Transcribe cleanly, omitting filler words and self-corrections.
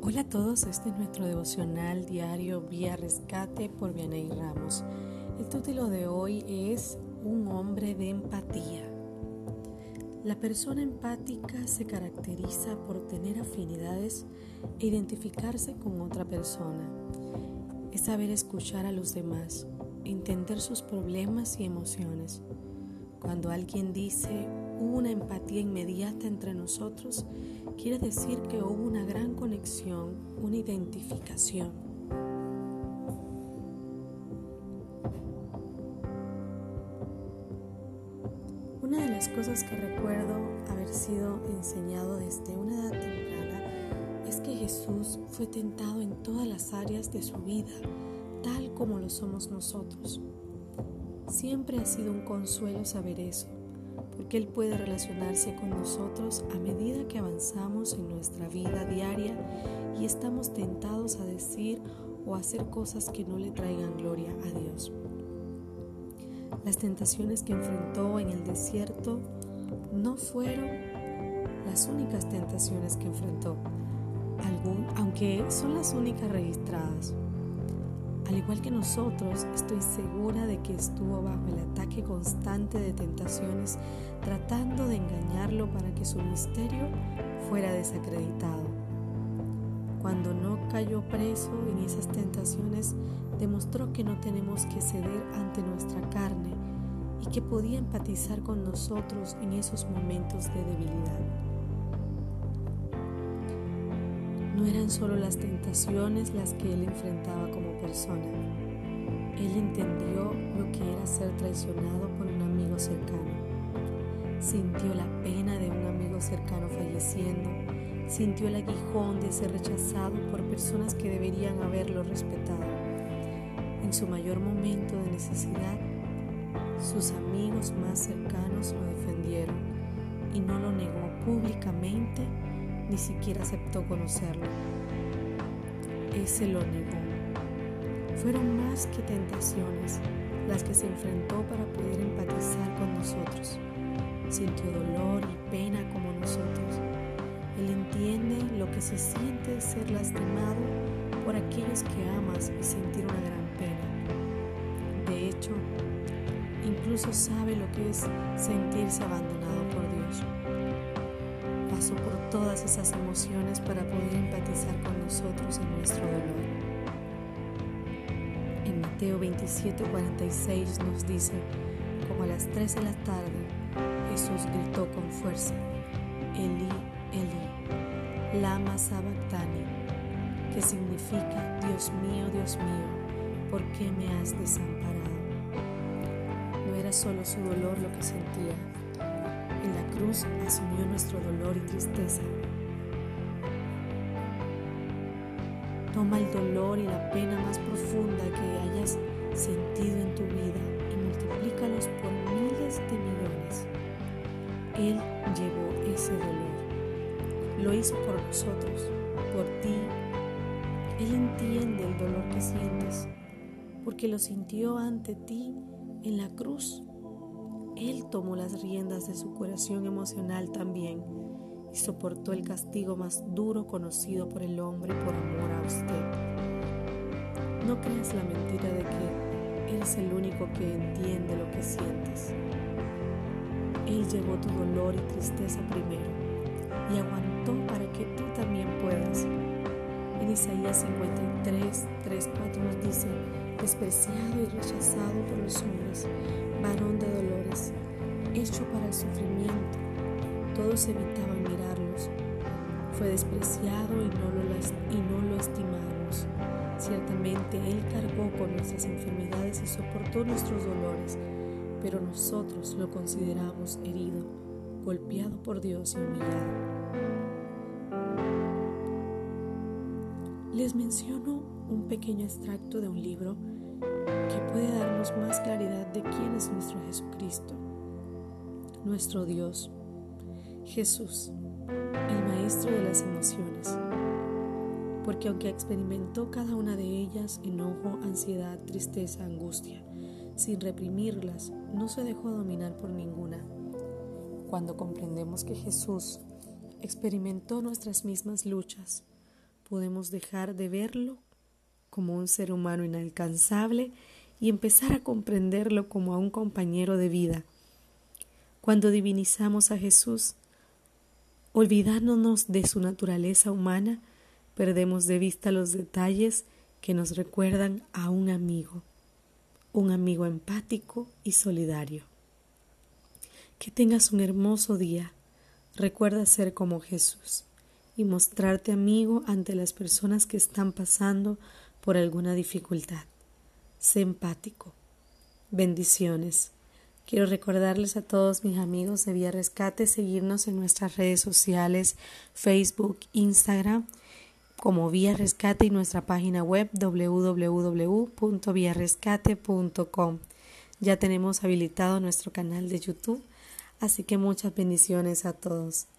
Hola a todos, este es nuestro devocional diario Vía Rescate por Vianey Ramos. El título de hoy es Un hombre de empatía. La persona empática se caracteriza por tener afinidades e identificarse con otra persona. Es saber escuchar a los demás, entender sus problemas y emociones. Cuando alguien dice hubo una empatía inmediata entre nosotros, quiere decir que hubo una gran conexión, una identificación. Una de las cosas que recuerdo haber sido enseñado desde una edad temprana es que Jesús fue tentado en todas las áreas de su vida, tal como lo somos nosotros. Siempre ha sido un consuelo saber eso, porque Él puede relacionarse con nosotros a medida que avanzamos en nuestra vida diaria y estamos tentados a decir o hacer cosas que no le traigan gloria a Dios. Las tentaciones que enfrentó en el desierto no fueron las únicas tentaciones que enfrentó, aunque son las únicas registradas. Al igual que nosotros, estoy segura de que estuvo bajo el ataque constante de tentaciones, tratando de engañarlo para que su misterio fuera desacreditado. Cuando no cayó preso en esas tentaciones, demostró que no tenemos que ceder ante nuestra carne y que podía empatizar con nosotros en esos momentos de debilidad. No eran solo las tentaciones las que él enfrentaba como persona. Él entendió lo que era ser traicionado por un amigo cercano. Sintió la pena de un amigo cercano falleciendo. Sintió el aguijón de ser rechazado por personas que deberían haberlo respetado. En su mayor momento de necesidad, sus amigos más cercanos lo defendieron y no lo negó públicamente. Ni siquiera aceptó conocerlo. Ese lo negó. Fueron más que tentaciones las que se enfrentó para poder empatizar con nosotros. Sintió dolor y pena como nosotros. Él entiende lo que se siente ser lastimado por aquellos que amas y sentir una gran pena. De hecho, incluso sabe lo que es sentirse abandonado por Dios. Pasó por todas esas emociones para poder empatizar con nosotros en nuestro dolor. En Mateo 27:46 nos dice: como a las 3 de la tarde, Jesús gritó con fuerza: Elí, Elí, lama sabactani, que significa Dios mío, ¿por qué me has desamparado? No era solo su dolor lo que sentía. En la cruz asumió nuestro dolor y tristeza. Toma el dolor y la pena más profunda que hayas sentido en tu vida y multiplícalos por miles de millones. Él llevó ese dolor. Lo hizo por nosotros, por ti. Él entiende el dolor que sientes, porque lo sintió ante ti en la cruz. Él tomó las riendas de su curación emocional también y soportó el castigo más duro conocido por el hombre por amor a usted. No creas la mentira de que eres el único que entiende lo que sientes. Él llevó tu dolor y tristeza primero y aguantó para que tú también puedas. En Isaías 53, 3, 4 nos dice: despreciado y rechazado por los hombres, varón de dolores, hecho para el sufrimiento. Todos evitaban mirarlos. Fue despreciado y no lo estimamos. Ciertamente Él cargó con nuestras enfermedades y soportó nuestros dolores, pero nosotros lo consideramos herido, golpeado por Dios y humillado. Les menciono un pequeño extracto de un libro que puede darnos más claridad de quién es nuestro Jesucristo, nuestro Dios, Jesús, el maestro de las emociones. Porque aunque experimentó cada una de ellas, enojo, ansiedad, tristeza, angustia, sin reprimirlas, no se dejó dominar por ninguna. Cuando comprendemos que Jesús experimentó nuestras mismas luchas, podemos dejar de verlo como un ser humano inalcanzable y empezar a comprenderlo como a un compañero de vida. Cuando divinizamos a Jesús, olvidándonos de su naturaleza humana, perdemos de vista los detalles que nos recuerdan a un amigo empático y solidario. Que tengas un hermoso día. Recuerda ser como Jesús y mostrarte amigo ante las personas que están pasando por alguna dificultad. Sé empático. Bendiciones. Quiero recordarles a todos mis amigos de Vía Rescate seguirnos en nuestras redes sociales, Facebook, Instagram, como Vía Rescate y nuestra página web www.viarescate.com. Ya tenemos habilitado nuestro canal de YouTube, así que muchas bendiciones a todos.